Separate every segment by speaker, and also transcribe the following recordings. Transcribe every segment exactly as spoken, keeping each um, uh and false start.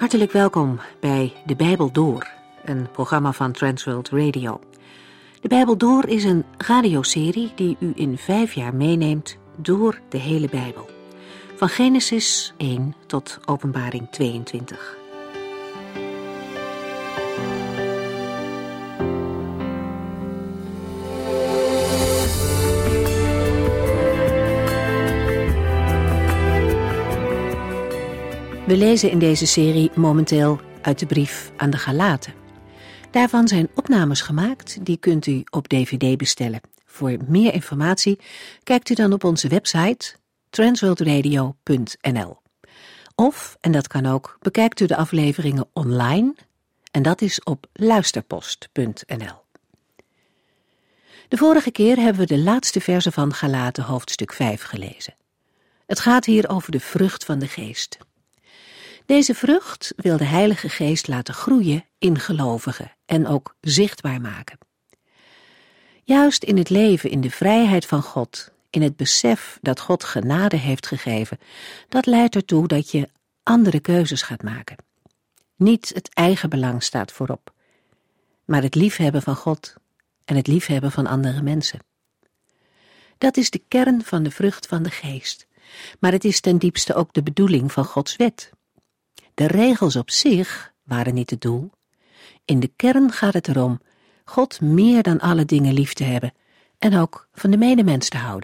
Speaker 1: Hartelijk welkom bij De Bijbel Door, een programma van Transworld Radio. De Bijbel Door is een radioserie die u in vijf jaar meeneemt door de hele Bijbel. Van Genesis één tot Openbaring tweeëntwintig. We lezen in deze serie momenteel uit de brief aan de Galaten. Daarvan zijn opnames gemaakt, die kunt u op dvd bestellen. Voor meer informatie kijkt u dan op onze website transworld radio punt n l. Of, en dat kan ook, bekijkt u de afleveringen online en dat is op luisterpost punt n l. De vorige keer hebben we de laatste verse van Galaten hoofdstuk vijf gelezen. Het gaat hier over de vrucht van de geest. Deze vrucht wil de Heilige Geest laten groeien in gelovigen en ook zichtbaar maken. Juist in het leven, in de vrijheid van God, in het besef dat God genade heeft gegeven, dat leidt ertoe dat je andere keuzes gaat maken. Niet het eigen belang staat voorop, maar het liefhebben van God en het liefhebben van andere mensen. Dat is de kern van de vrucht van de geest, maar het is ten diepste ook de bedoeling van Gods wet. De regels op zich waren niet het doel. In de kern gaat het erom God meer dan alle dingen lief te hebben en ook van de medemens te houden.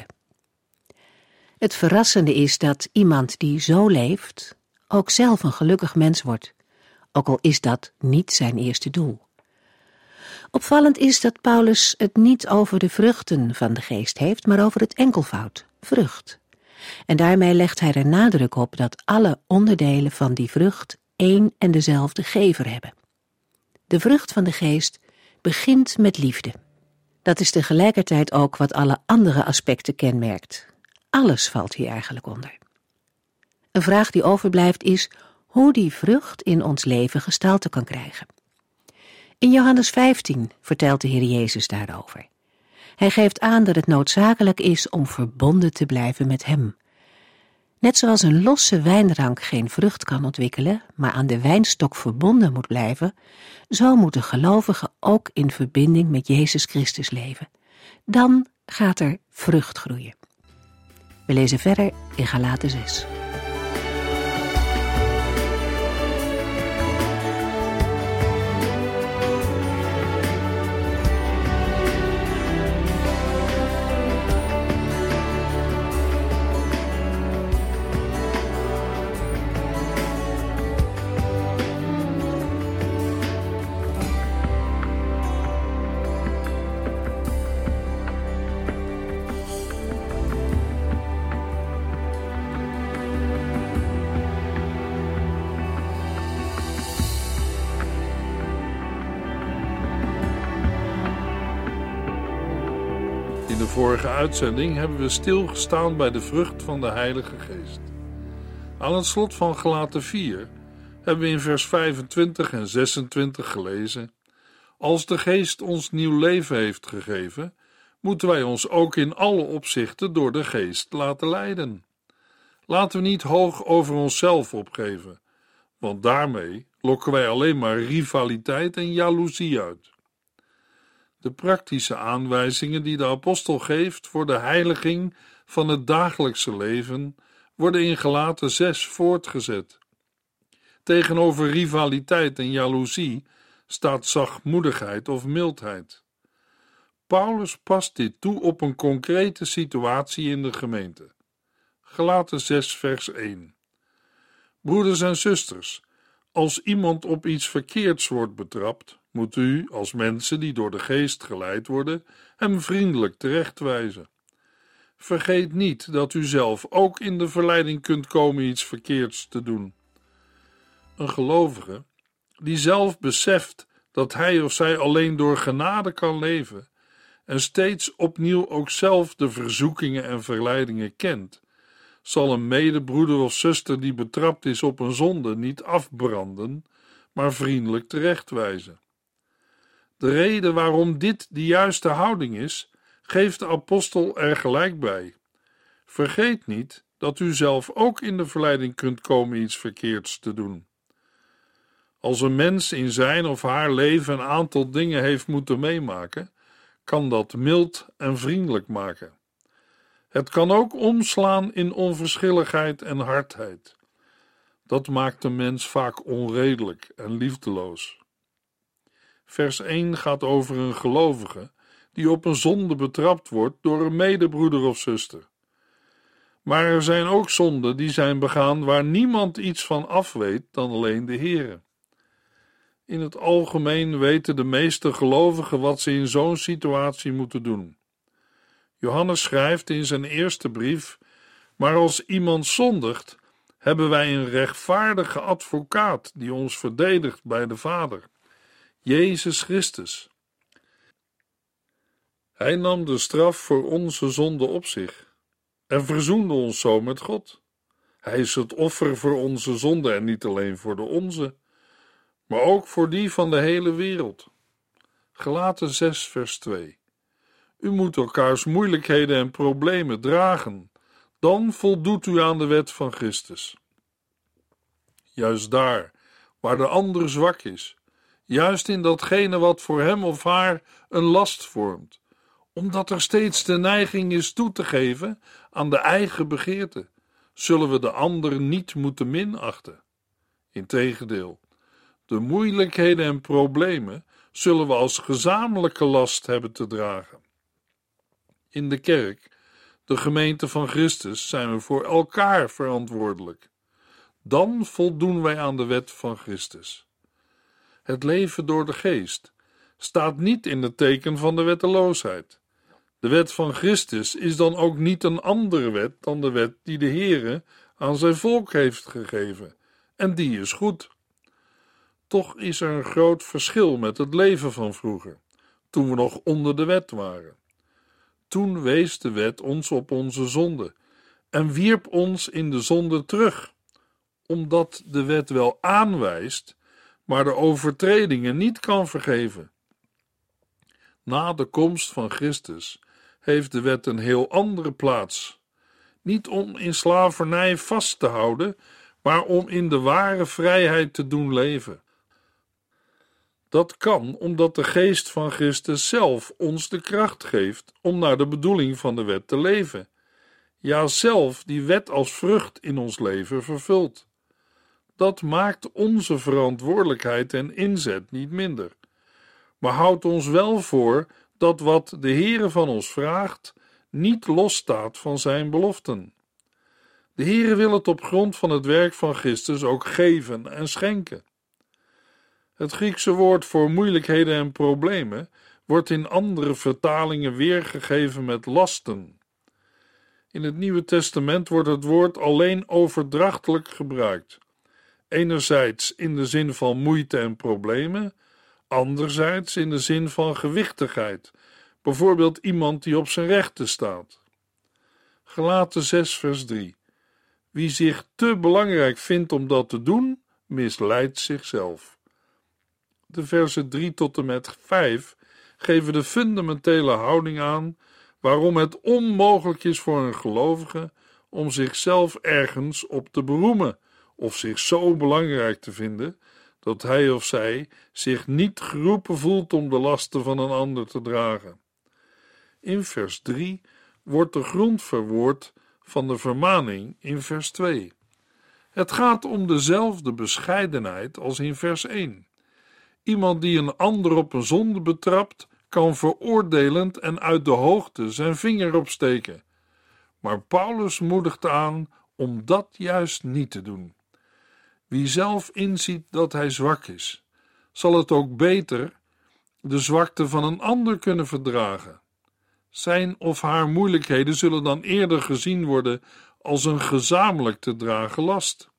Speaker 1: Het verrassende is dat iemand die zo leeft ook zelf een gelukkig mens wordt, ook al is dat niet zijn eerste doel. Opvallend is dat Paulus het niet over de vruchten van de geest heeft, maar over het enkelvoud, vrucht. En daarmee legt hij er nadruk op dat alle onderdelen van die vrucht één en dezelfde gever hebben. De vrucht van de geest begint met liefde. Dat is tegelijkertijd ook wat alle andere aspecten kenmerkt. Alles valt hier eigenlijk onder. Een vraag die overblijft is hoe die vrucht in ons leven gestalte kan krijgen. In Johannes vijftien vertelt de Heer Jezus daarover. Hij geeft aan dat het noodzakelijk is om verbonden te blijven met hem. Net zoals een losse wijnrank geen vrucht kan ontwikkelen, maar aan de wijnstok verbonden moet blijven, zo moet de gelovige ook in verbinding met Jezus Christus leven. Dan gaat er vrucht groeien. We lezen verder in Galaten zes.
Speaker 2: In de vorige uitzending hebben we stilgestaan bij de vrucht van de Heilige Geest. Aan het slot van Galaten vier hebben we in vers vijfentwintig en zesentwintig gelezen: Als de Geest ons nieuw leven heeft gegeven, moeten wij ons ook in alle opzichten door de Geest laten leiden. Laten we niet hoog over onszelf opgeven, want daarmee lokken wij alleen maar rivaliteit en jaloezie uit. De praktische aanwijzingen die de apostel geeft voor de heiliging van het dagelijkse leven worden in Galaten zes voortgezet. Tegenover rivaliteit en jaloezie staat zachtmoedigheid of mildheid. Paulus past dit toe op een concrete situatie in de gemeente. Galaten zes vers één. Broeders en zusters, als iemand op iets verkeerds wordt betrapt, moet u, als mensen die door de geest geleid worden, hem vriendelijk terechtwijzen. Vergeet niet dat u zelf ook in de verleiding kunt komen iets verkeerds te doen. Een gelovige, die zelf beseft dat hij of zij alleen door genade kan leven en steeds opnieuw ook zelf de verzoekingen en verleidingen kent, zal een medebroeder of zuster die betrapt is op een zonde niet afbranden, maar vriendelijk terechtwijzen. De reden waarom dit de juiste houding is, geeft de apostel er gelijk bij. Vergeet niet dat u zelf ook in de verleiding kunt komen iets verkeerds te doen. Als een mens in zijn of haar leven een aantal dingen heeft moeten meemaken, kan dat mild en vriendelijk maken. Het kan ook omslaan in onverschilligheid en hardheid. Dat maakt de mens vaak onredelijk en liefdeloos. Vers één gaat over een gelovige die op een zonde betrapt wordt door een medebroeder of zuster. Maar er zijn ook zonden die zijn begaan waar niemand iets van af weet dan alleen de Heere. In het algemeen weten de meeste gelovigen wat ze in zo'n situatie moeten doen. Johannes schrijft in zijn eerste brief: maar als iemand zondigt, hebben wij een rechtvaardige advocaat die ons verdedigt bij de Vader, Jezus Christus. Hij nam de straf voor onze zonde op zich en verzoende ons zo met God. Hij is het offer voor onze zonde en niet alleen voor de onze, maar ook voor die van de hele wereld. Galaten zes vers twee. U moet elkaars moeilijkheden en problemen dragen, dan voldoet u aan de wet van Christus. Juist daar, waar de ander zwak is, juist in datgene wat voor hem of haar een last vormt, omdat er steeds de neiging is toe te geven aan de eigen begeerte, zullen we de ander niet moeten minachten. Integendeel, de moeilijkheden en problemen zullen we als gezamenlijke last hebben te dragen. In de kerk, de gemeente van Christus, zijn we voor elkaar verantwoordelijk. Dan voldoen wij aan de wet van Christus. Het leven door de geest staat niet in het teken van de wetteloosheid. De wet van Christus is dan ook niet een andere wet dan de wet die de Heere aan zijn volk heeft gegeven, en die is goed. Toch is er een groot verschil met het leven van vroeger, toen we nog onder de wet waren. Toen wees de wet ons op onze zonde en wierp ons in de zonde terug, omdat de wet wel aanwijst, maar de overtredingen niet kan vergeven. Na de komst van Christus heeft de wet een heel andere plaats. Niet om in slavernij vast te houden, maar om in de ware vrijheid te doen leven. Dat kan omdat de geest van Christus zelf ons de kracht geeft om naar de bedoeling van de wet te leven. Ja, zelf die wet als vrucht in ons leven vervult. Dat maakt onze verantwoordelijkheid en inzet niet minder, maar houdt ons wel voor dat wat de Heere van ons vraagt niet losstaat van zijn beloften. De Heere wil het op grond van het werk van Christus ook geven en schenken. Het Griekse woord voor moeilijkheden en problemen wordt in andere vertalingen weergegeven met lasten. In het Nieuwe Testament wordt het woord alleen overdrachtelijk gebruikt. Enerzijds in de zin van moeite en problemen, anderzijds in de zin van gewichtigheid, bijvoorbeeld iemand die op zijn rechten staat. Galaten zes vers drie. Wie zich te belangrijk vindt om dat te doen, misleidt zichzelf. De versen drie tot en met vijf geven de fundamentele houding aan waarom het onmogelijk is voor een gelovige om zichzelf ergens op te beroemen of zich zo belangrijk te vinden dat hij of zij zich niet geroepen voelt om de lasten van een ander te dragen. In vers drie wordt de grond verwoord van de vermaning in vers twee. Het gaat om dezelfde bescheidenheid als in vers één. Iemand die een ander op een zonde betrapt, kan veroordelend en uit de hoogte zijn vinger opsteken. Maar Paulus moedigt aan om dat juist niet te doen. Wie zelf inziet dat hij zwak is, zal het ook beter de zwakte van een ander kunnen verdragen. Zijn of haar moeilijkheden zullen dan eerder gezien worden als een gezamenlijk te dragen last.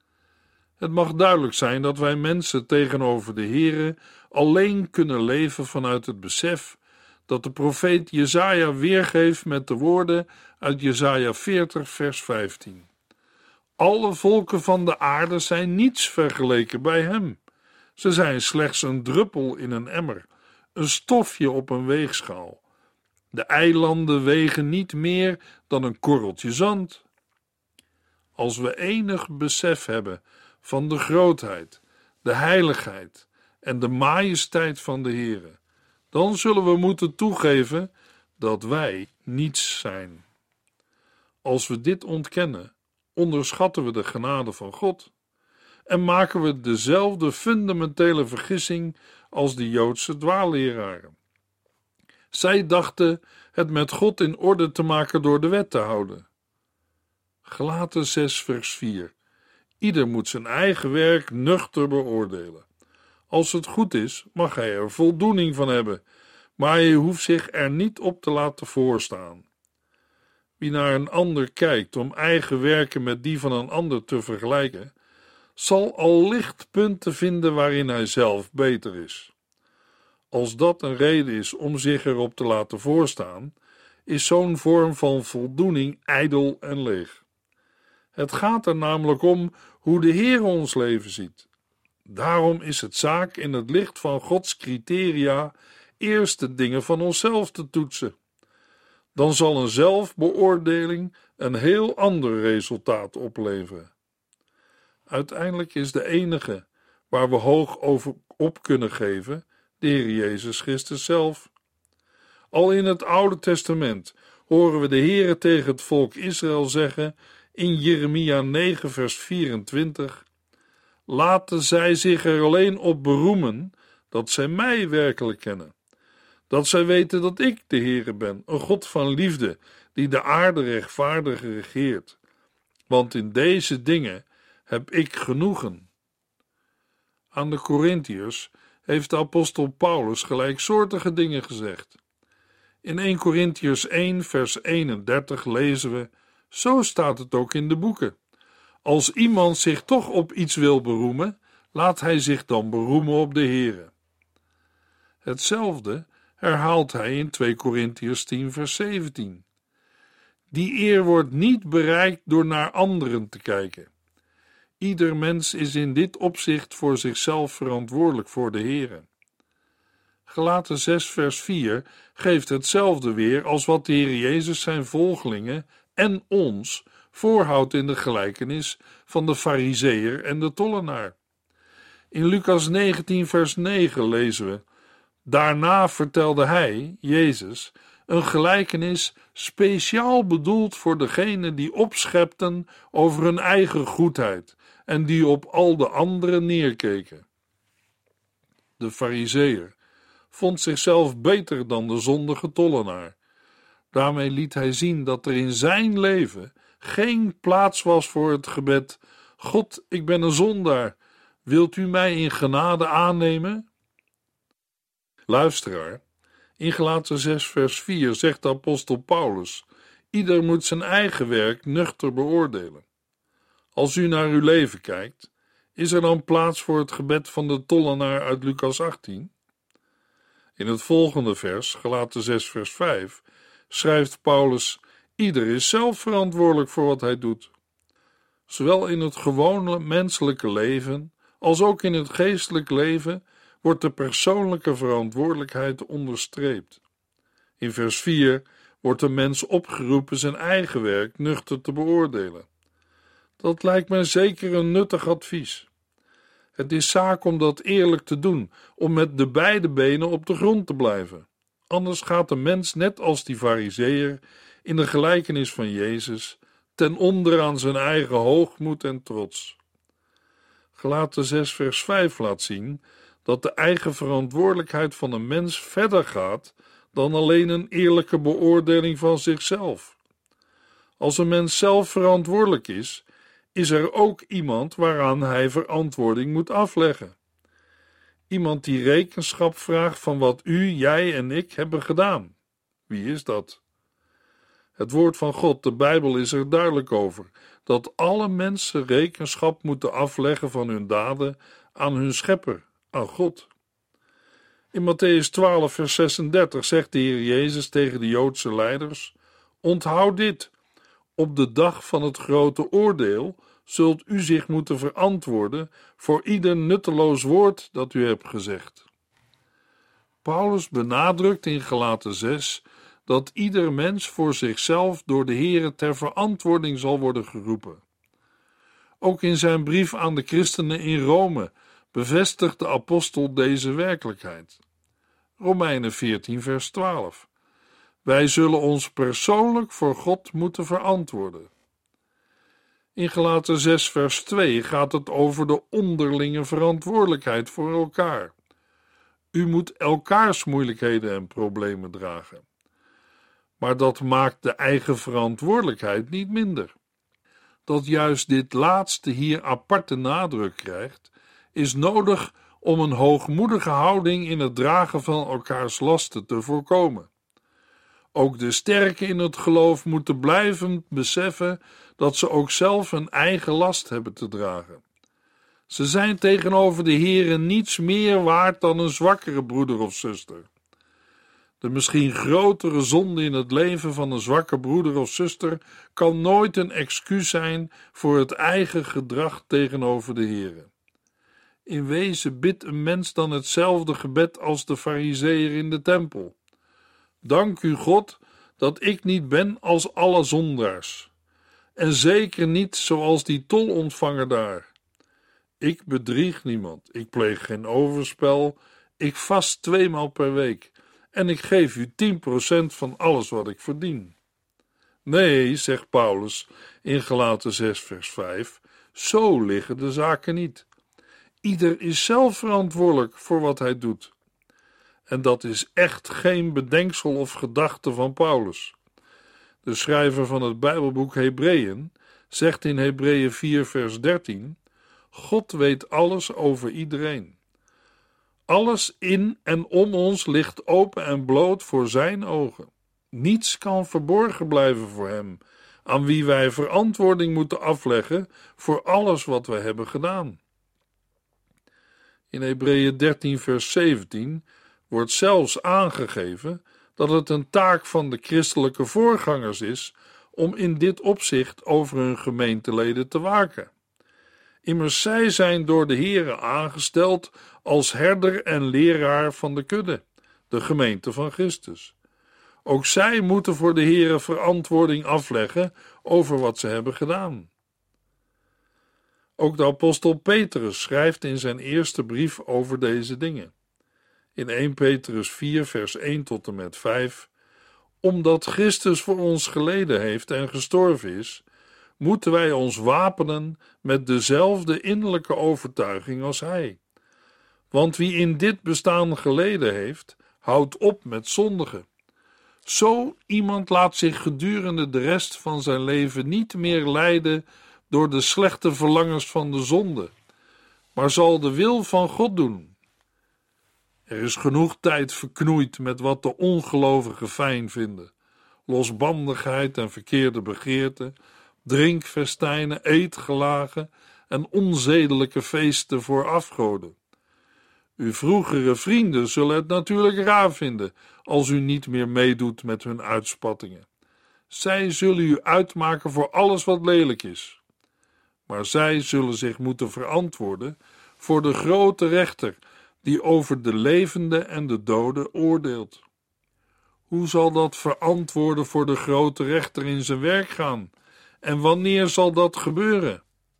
Speaker 2: Het mag duidelijk zijn dat wij mensen tegenover de Heere alleen kunnen leven vanuit het besef dat de profeet Jesaja weergeeft met de woorden uit Jesaja veertig vers vijftien. Alle volken van de aarde zijn niets vergeleken bij hem. Ze zijn slechts een druppel in een emmer, een stofje op een weegschaal. De eilanden wegen niet meer dan een korreltje zand. Als we enig besef hebben van de grootheid, de heiligheid en de majesteit van de Heere, dan zullen we moeten toegeven dat wij niets zijn. Als we dit ontkennen, onderschatten we de genade van God en maken we dezelfde fundamentele vergissing als de Joodse dwaalleraren. Zij dachten het met God in orde te maken door de wet te houden. Galaten zes vers vier. Ieder moet zijn eigen werk nuchter beoordelen. Als het goed is, mag hij er voldoening van hebben, maar je hoeft zich er niet op te laten voorstaan. Wie naar een ander kijkt om eigen werken met die van een ander te vergelijken, zal al licht punten vinden waarin hij zelf beter is. Als dat een reden is om zich erop te laten voorstaan, is zo'n vorm van voldoening ijdel en leeg. Het gaat er namelijk om hoe de Heer ons leven ziet. Daarom is het zaak in het licht van Gods criteria eerst de dingen van onszelf te toetsen. Dan zal een zelfbeoordeling een heel ander resultaat opleveren. Uiteindelijk is de enige waar we hoog over op kunnen geven de Heer Jezus Christus zelf. Al in het Oude Testament horen we de Heere tegen het volk Israël zeggen in Jeremia negen vers vierentwintig: laten zij zich er alleen op beroemen dat zij mij werkelijk kennen. Dat zij weten dat ik de Heere ben, een God van liefde, die de aarde rechtvaardig regeert. Want in deze dingen heb ik genoegen. Aan de Korintiërs heeft de apostel Paulus gelijksoortige dingen gezegd. In eerste Korintiërs één vers eenendertig lezen we: zo staat het ook in de boeken. Als iemand zich toch op iets wil beroemen, laat hij zich dan beroemen op de Heere. Hetzelfde herhaalt hij in tweede Korintiërs tien vers zeventien. Die eer wordt niet bereikt door naar anderen te kijken. Ieder mens is in dit opzicht voor zichzelf verantwoordelijk voor de Heere. Galaten zes vers vier geeft hetzelfde weer als wat de Heer Jezus zijn volgelingen en ons voorhoudt in de gelijkenis van de Farizeeër en de tollenaar. In Lucas negentien vers negen lezen we: daarna vertelde hij, Jezus, een gelijkenis speciaal bedoeld voor degenen die opschepten over hun eigen goedheid en die op al de anderen neerkeken. De Farizeeër vond zichzelf beter dan de zondige tollenaar. Daarmee liet hij zien dat er in zijn leven geen plaats was voor het gebed: God, ik ben een zondaar, wilt u mij in genade aannemen? Luisteraar, in Galaten zes vers vier zegt de apostel Paulus: ieder moet zijn eigen werk nuchter beoordelen. Als u naar uw leven kijkt, is er dan plaats voor het gebed van de tollenaar uit Lucas achttien? In het volgende vers, Galaten zes vers vijf, schrijft Paulus: ieder is zelf verantwoordelijk voor wat hij doet. Zowel in het gewone menselijke leven als ook in het geestelijk leven wordt de persoonlijke verantwoordelijkheid onderstreept. In vers vier wordt de mens opgeroepen zijn eigen werk nuchter te beoordelen. Dat lijkt mij zeker een nuttig advies. Het is zaak om dat eerlijk te doen, om met de beide benen op de grond te blijven. Anders gaat de mens net als die Farizeeër in de gelijkenis van Jezus ten onder aan zijn eigen hoogmoed en trots. Galaten zes vers vijf laat zien dat de eigen verantwoordelijkheid van een mens verder gaat dan alleen een eerlijke beoordeling van zichzelf. Als een mens zelf verantwoordelijk is, is er ook iemand waaraan hij verantwoording moet afleggen. Iemand die rekenschap vraagt van wat u, jij en ik hebben gedaan. Wie is dat? Het woord van God, de Bijbel, is er duidelijk over dat alle mensen rekenschap moeten afleggen van hun daden aan hun schepper, aan God. In Mattheüs twaalf vers zesendertig zegt de Heer Jezus tegen de Joodse leiders: onthoud dit, op de dag van het grote oordeel zult u zich moeten verantwoorden voor ieder nutteloos woord dat u hebt gezegd. Paulus benadrukt in Galaten zes dat ieder mens voor zichzelf door de Heere ter verantwoording zal worden geroepen. Ook in zijn brief aan de christenen in Rome bevestigt de apostel deze werkelijkheid. Romeinen veertien vers twaalf. Wij zullen ons persoonlijk voor God moeten verantwoorden. In Galaten zes vers twee gaat het over de onderlinge verantwoordelijkheid voor elkaar. U moet elkaars moeilijkheden en problemen dragen. Maar dat maakt de eigen verantwoordelijkheid niet minder. Dat juist dit laatste hier aparte nadruk krijgt, is nodig om een hoogmoedige houding in het dragen van elkaars lasten te voorkomen. Ook de sterken in het geloof moeten blijven beseffen dat ze ook zelf een eigen last hebben te dragen. Ze zijn tegenover de Here niets meer waard dan een zwakkere broeder of zuster. De misschien grotere zonde in het leven van een zwakke broeder of zuster kan nooit een excuus zijn voor het eigen gedrag tegenover de Here. In wezen bidt een mens dan hetzelfde gebed als de farizeeër in de tempel. Dank u God dat ik niet ben als alle zondaars, en zeker niet zoals die tolontvanger daar. Ik bedrieg niemand, ik pleeg geen overspel, ik vast tweemaal per week en ik geef u tien procent van alles wat ik verdien. Nee, zegt Paulus in Galaten zes vers vijf, zo liggen de zaken niet. Ieder is zelf verantwoordelijk voor wat hij doet. En dat is echt geen bedenksel of gedachte van Paulus. De schrijver van het Bijbelboek Hebreeën zegt in Hebreeën vier vers dertien, God weet alles over iedereen. Alles in en om ons ligt open en bloot voor zijn ogen. Niets kan verborgen blijven voor hem, aan wie wij verantwoording moeten afleggen voor alles wat wij hebben gedaan. In Hebreeën dertien vers zeventien wordt zelfs aangegeven dat het een taak van de christelijke voorgangers is om in dit opzicht over hun gemeenteleden te waken. Immers zij zijn door de Here aangesteld als herder en leraar van de kudde, de gemeente van Christus. Ook zij moeten voor de Here verantwoording afleggen over wat ze hebben gedaan. Ook de apostel Petrus schrijft in zijn eerste brief over deze dingen. In eerste Petrus vier vers één tot en met vijf, omdat Christus voor ons geleden heeft en gestorven is, moeten wij ons wapenen met dezelfde innerlijke overtuiging als hij. Want wie in dit bestaan geleden heeft, houdt op met zondigen. Zo iemand laat zich gedurende de rest van zijn leven niet meer leiden door de slechte verlangens van de zonde, maar zal de wil van God doen. Er is genoeg tijd verknoeid met wat de ongelovigen fijn vinden: losbandigheid en verkeerde begeerten, drinkfestijnen, eetgelagen en onzedelijke feesten voor afgoden. Uw vroegere vrienden zullen het natuurlijk raar vinden als u niet meer meedoet met hun uitspattingen. Zij zullen u uitmaken voor alles wat lelijk is. Maar zij zullen zich moeten verantwoorden voor de grote rechter die over de levenden en de doden oordeelt. Hoe zal dat verantwoorden voor de grote rechter in zijn werk gaan? En wanneer zal dat gebeuren?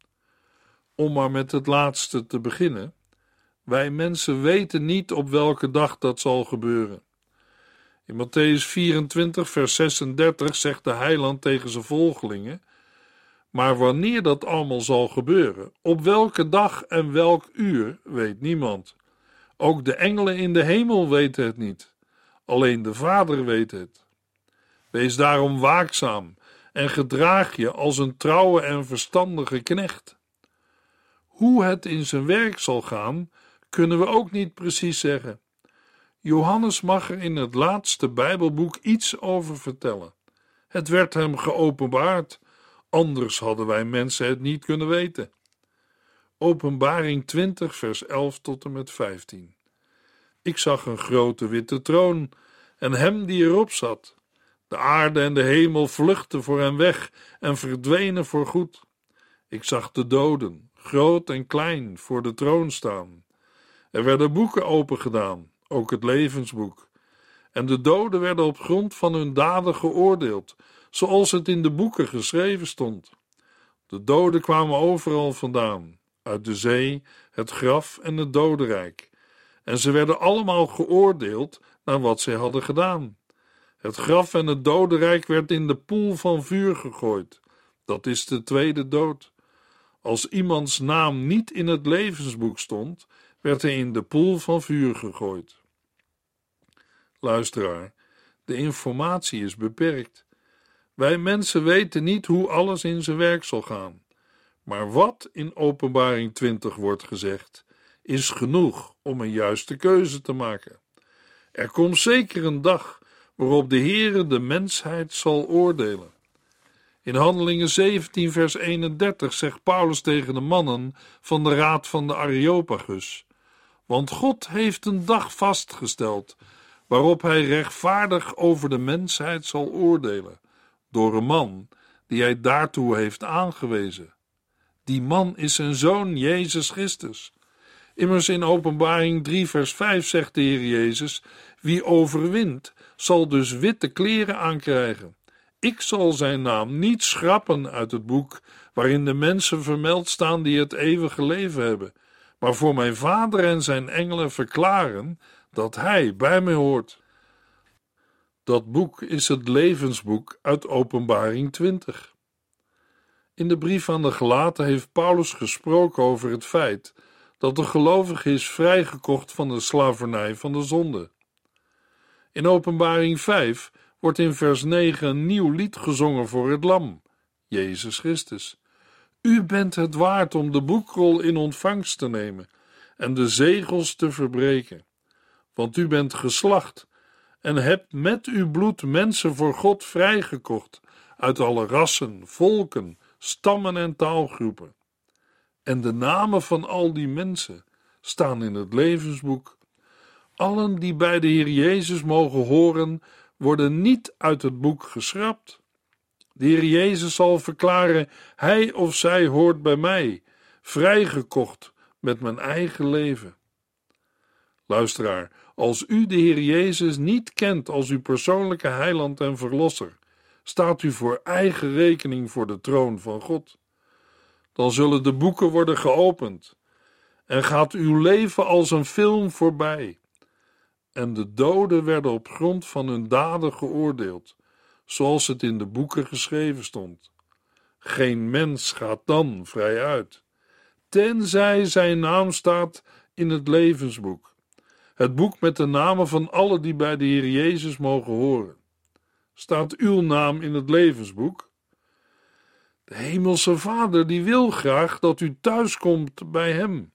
Speaker 2: Om maar met het laatste te beginnen. Wij mensen weten niet op welke dag dat zal gebeuren. In Mattheüs vierentwintig vers zesendertig zegt de heiland tegen zijn volgelingen: maar wanneer dat allemaal zal gebeuren, op welke dag en welk uur, weet niemand. Ook de engelen in de hemel weten het niet. Alleen de Vader weet het. Wees daarom waakzaam en gedraag je als een trouwe en verstandige knecht. Hoe het in zijn werk zal gaan, kunnen we ook niet precies zeggen. Johannes mag er in het laatste Bijbelboek iets over vertellen. Het werd hem geopenbaard, anders hadden wij mensen het niet kunnen weten. Openbaring twintig vers elf tot en met vijftien. Ik zag een grote witte troon en hem die erop zat. De aarde en de hemel vluchtten voor hem weg en verdwenen voorgoed. Ik zag de doden, groot en klein, voor de troon staan. Er werden boeken opengedaan, ook het levensboek. En de doden werden op grond van hun daden geoordeeld, zoals het in de boeken geschreven stond. De doden kwamen overal vandaan. uit de zee, het graf en het dodenrijk. En ze werden allemaal geoordeeld naar wat zij hadden gedaan. Het graf en het dodenrijk werd in de poel van vuur gegooid. Dat is de tweede dood. Als iemands naam niet in het levensboek stond, werd hij in de poel van vuur gegooid. Luisteraar, de informatie is beperkt. Wij mensen weten niet hoe alles in zijn werk zal gaan. Maar wat in Openbaring twintig wordt gezegd, is genoeg om een juiste keuze te maken. Er komt zeker een dag waarop de Heere de mensheid zal oordelen. In Handelingen zeventien vers eenendertig zegt Paulus tegen de mannen van de raad van de Areopagus: want God heeft een dag vastgesteld waarop hij rechtvaardig over de mensheid zal oordelen, door een man die hij daartoe heeft aangewezen. Die man is zijn zoon Jezus Christus. Immers in Openbaring drie vers vijf zegt de Heer Jezus: wie overwint, zal dus witte kleren aankrijgen. Ik zal zijn naam niet schrappen uit het boek waarin de mensen vermeld staan die het eeuwige leven hebben, maar voor mijn Vader en zijn engelen verklaren dat hij bij mij hoort. Dat boek is het levensboek uit Openbaring twintig. In de brief aan de Galaten heeft Paulus gesproken over het feit dat de gelovige is vrijgekocht van de slavernij van de zonde. In Openbaring vijf wordt in vers negen een nieuw lied gezongen voor het lam, Jezus Christus. U bent het waard om de boekrol in ontvangst te nemen en de zegels te verbreken, want u bent geslacht en hebt met uw bloed mensen voor God vrijgekocht uit alle rassen, volken, stammen en taalgroepen. En de namen van al die mensen staan in het levensboek. Allen die bij de Heer Jezus mogen horen, worden niet uit het boek geschrapt. De Heer Jezus zal verklaren: hij of zij hoort bij mij, vrijgekocht met mijn eigen leven. Luisteraar, als u de Heer Jezus niet kent als uw persoonlijke heiland en verlosser, staat u voor eigen rekening voor de troon van God. Dan zullen de boeken worden geopend en gaat uw leven als een film voorbij. En de doden werden op grond van hun daden geoordeeld, zoals het in de boeken geschreven stond. Geen mens gaat dan vrij uit, tenzij zijn naam staat in het levensboek, het boek met de namen van allen die bij de Heer Jezus mogen horen. Staat uw naam in het levensboek? De Hemelse Vader die wil graag dat u thuiskomt bij hem.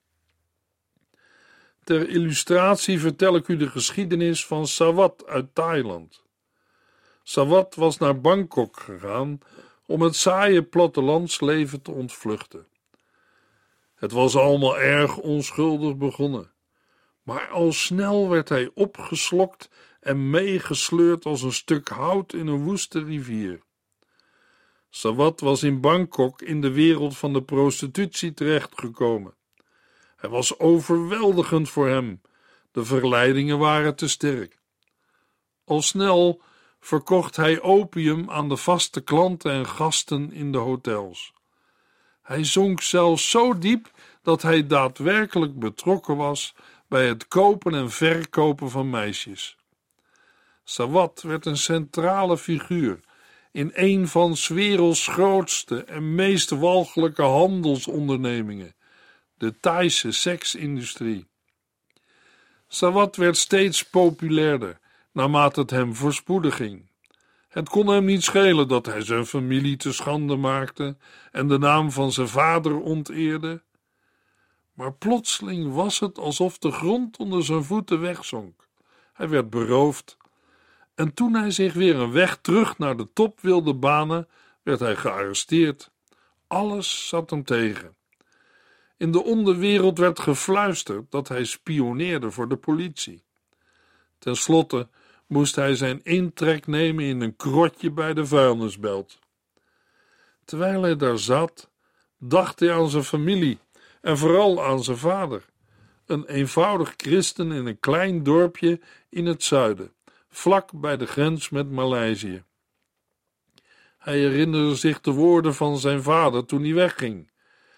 Speaker 2: Ter illustratie vertel ik u de geschiedenis van Sawat uit Thailand. Sawat was naar Bangkok gegaan om het saaie plattelandsleven te ontvluchten. Het was allemaal erg onschuldig begonnen, maar al snel werd hij opgeslokt en meegesleurd als een stuk hout in een woeste rivier. Sawat was in Bangkok in de wereld van de prostitutie terechtgekomen. Hij was overweldigend voor hem. De verleidingen waren te sterk. Al snel verkocht hij opium aan de vaste klanten en gasten in de hotels. Hij zonk zelfs zo diep dat hij daadwerkelijk betrokken was bij het kopen en verkopen van meisjes. Sawat werd een centrale figuur in een van 's werelds grootste en meest walgelijke handelsondernemingen, de Thaise seksindustrie. Sawat werd steeds populairder, naarmate het hem voorspoedig ging. Het kon hem niet schelen dat hij zijn familie te schande maakte en de naam van zijn vader onteerde. Maar plotseling was het alsof de grond onder zijn voeten wegzonk. Hij werd beroofd. En toen hij zich weer een weg terug naar de top wilde banen, werd hij gearresteerd. Alles zat hem tegen. In de onderwereld werd gefluisterd dat hij spioneerde voor de politie. Ten slotte moest hij zijn intrek nemen in een krotje bij de vuilnisbelt. Terwijl hij daar zat, dacht hij aan zijn familie en vooral aan zijn vader, een eenvoudig christen in een klein dorpje in het zuiden, vlak bij de grens met Maleisië. Hij herinnerde zich de woorden van zijn vader toen hij wegging.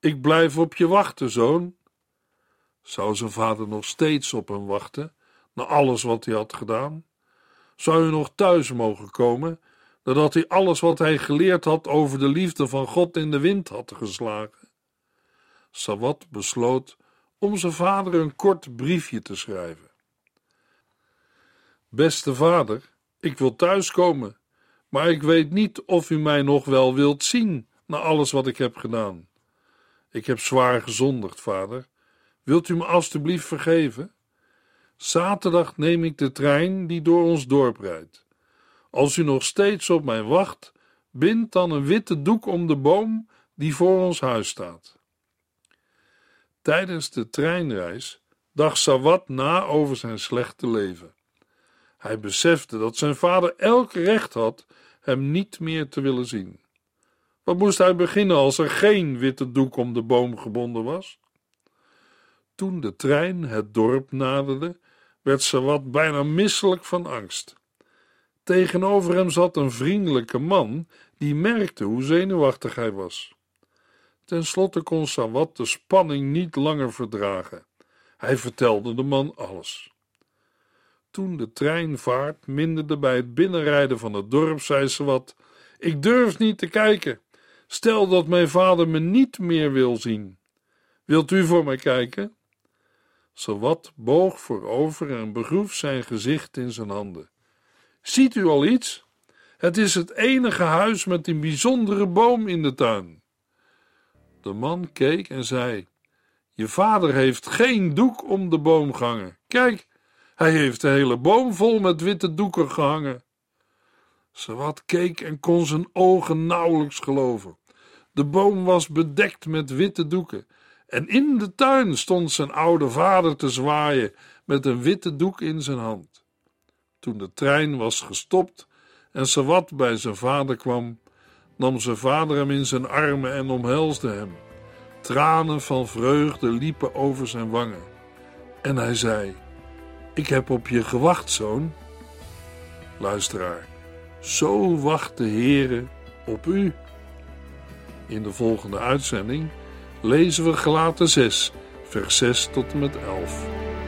Speaker 2: Ik blijf op je wachten, zoon. Zou zijn vader nog steeds op hem wachten, na alles wat hij had gedaan? Zou hij nog thuis mogen komen, nadat hij alles wat hij geleerd had over de liefde van God in de wind had geslagen? Sawat besloot om zijn vader een kort briefje te schrijven. Beste vader, ik wil thuiskomen, maar ik weet niet of u mij nog wel wilt zien na alles wat ik heb gedaan. Ik heb zwaar gezondigd, vader. Wilt u me alstublieft vergeven? Zaterdag neem ik de trein die door ons dorp rijdt. Als u nog steeds op mij wacht, bind dan een witte doek om de boom die voor ons huis staat. Tijdens de treinreis dacht Sawat na over zijn slechte leven. Hij besefte dat zijn vader elk recht had hem niet meer te willen zien. Wat moest hij beginnen als er geen witte doek om de boom gebonden was? Toen de trein het dorp naderde, werd Sawat bijna misselijk van angst. Tegenover hem zat een vriendelijke man die merkte hoe zenuwachtig hij was. Ten slotte kon Sawat de spanning niet langer verdragen. Hij vertelde de man alles. Toen de trein vaart minderde bij het binnenrijden van het dorp, zei Sawat: Ik durf niet te kijken. Stel dat mijn vader me niet meer wil zien. Wilt u voor mij kijken? Sawat boog voorover en begroef zijn gezicht in zijn handen. Ziet u al iets? Het is het enige huis met een bijzondere boom in de tuin. De man keek en zei: Je vader heeft geen doek om de boom gehangen. Kijk, hij heeft de hele boom vol met witte doeken gehangen. Sawat keek en kon zijn ogen nauwelijks geloven. De boom was bedekt met witte doeken en in de tuin stond zijn oude vader te zwaaien met een witte doek in zijn hand. Toen de trein was gestopt en Sawat bij zijn vader kwam, nam zijn vader hem in zijn armen en omhelsde hem. Tranen van vreugde liepen over zijn wangen. En hij zei: Ik heb op je gewacht, zoon. Luisteraar, zo wacht de Heere op u. In de volgende uitzending lezen we Galaten zes, vers zes tot en met elf.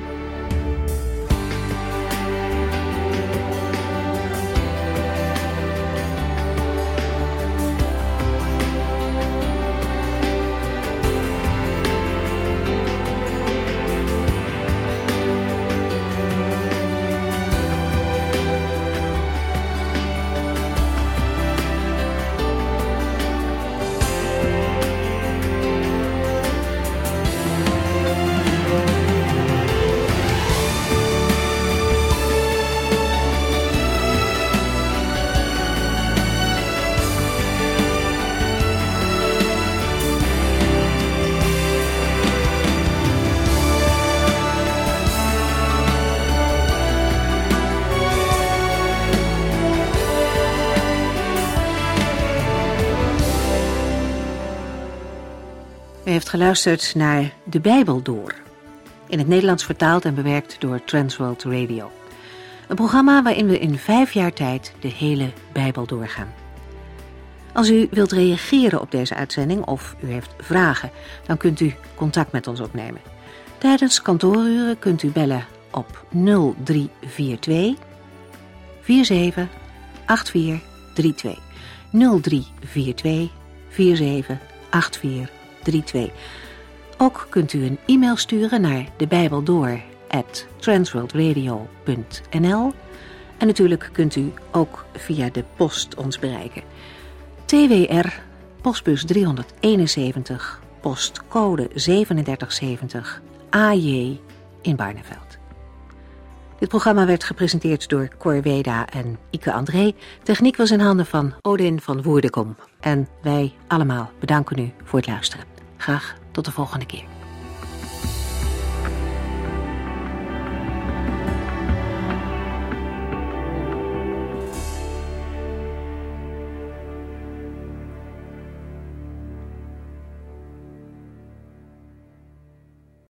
Speaker 1: U heeft geluisterd naar De Bijbel Door, in het Nederlands vertaald en bewerkt door Transworld Radio. Een programma waarin we in vijf jaar tijd de hele Bijbel doorgaan. Als u wilt reageren op deze uitzending of u heeft vragen, dan kunt u contact met ons opnemen. Tijdens kantooruren kunt u bellen op nul drie vier twee vier zeven acht vier drie twee. nul drie vier twee vier zeven acht vier drie twee. Ook kunt u een e-mail sturen naar debijbeldoor at transworldradio punt n l en natuurlijk kunt u ook via de post ons bereiken. T W R, postbus driehonderdeenenzeventig, postcode zevenendertig zeventig, A J in Barneveld. Dit programma werd gepresenteerd door Cor Weda en Ike André. Techniek was in handen van Odin van Woerdekom. En wij allemaal bedanken u voor het luisteren. Graag tot de volgende keer.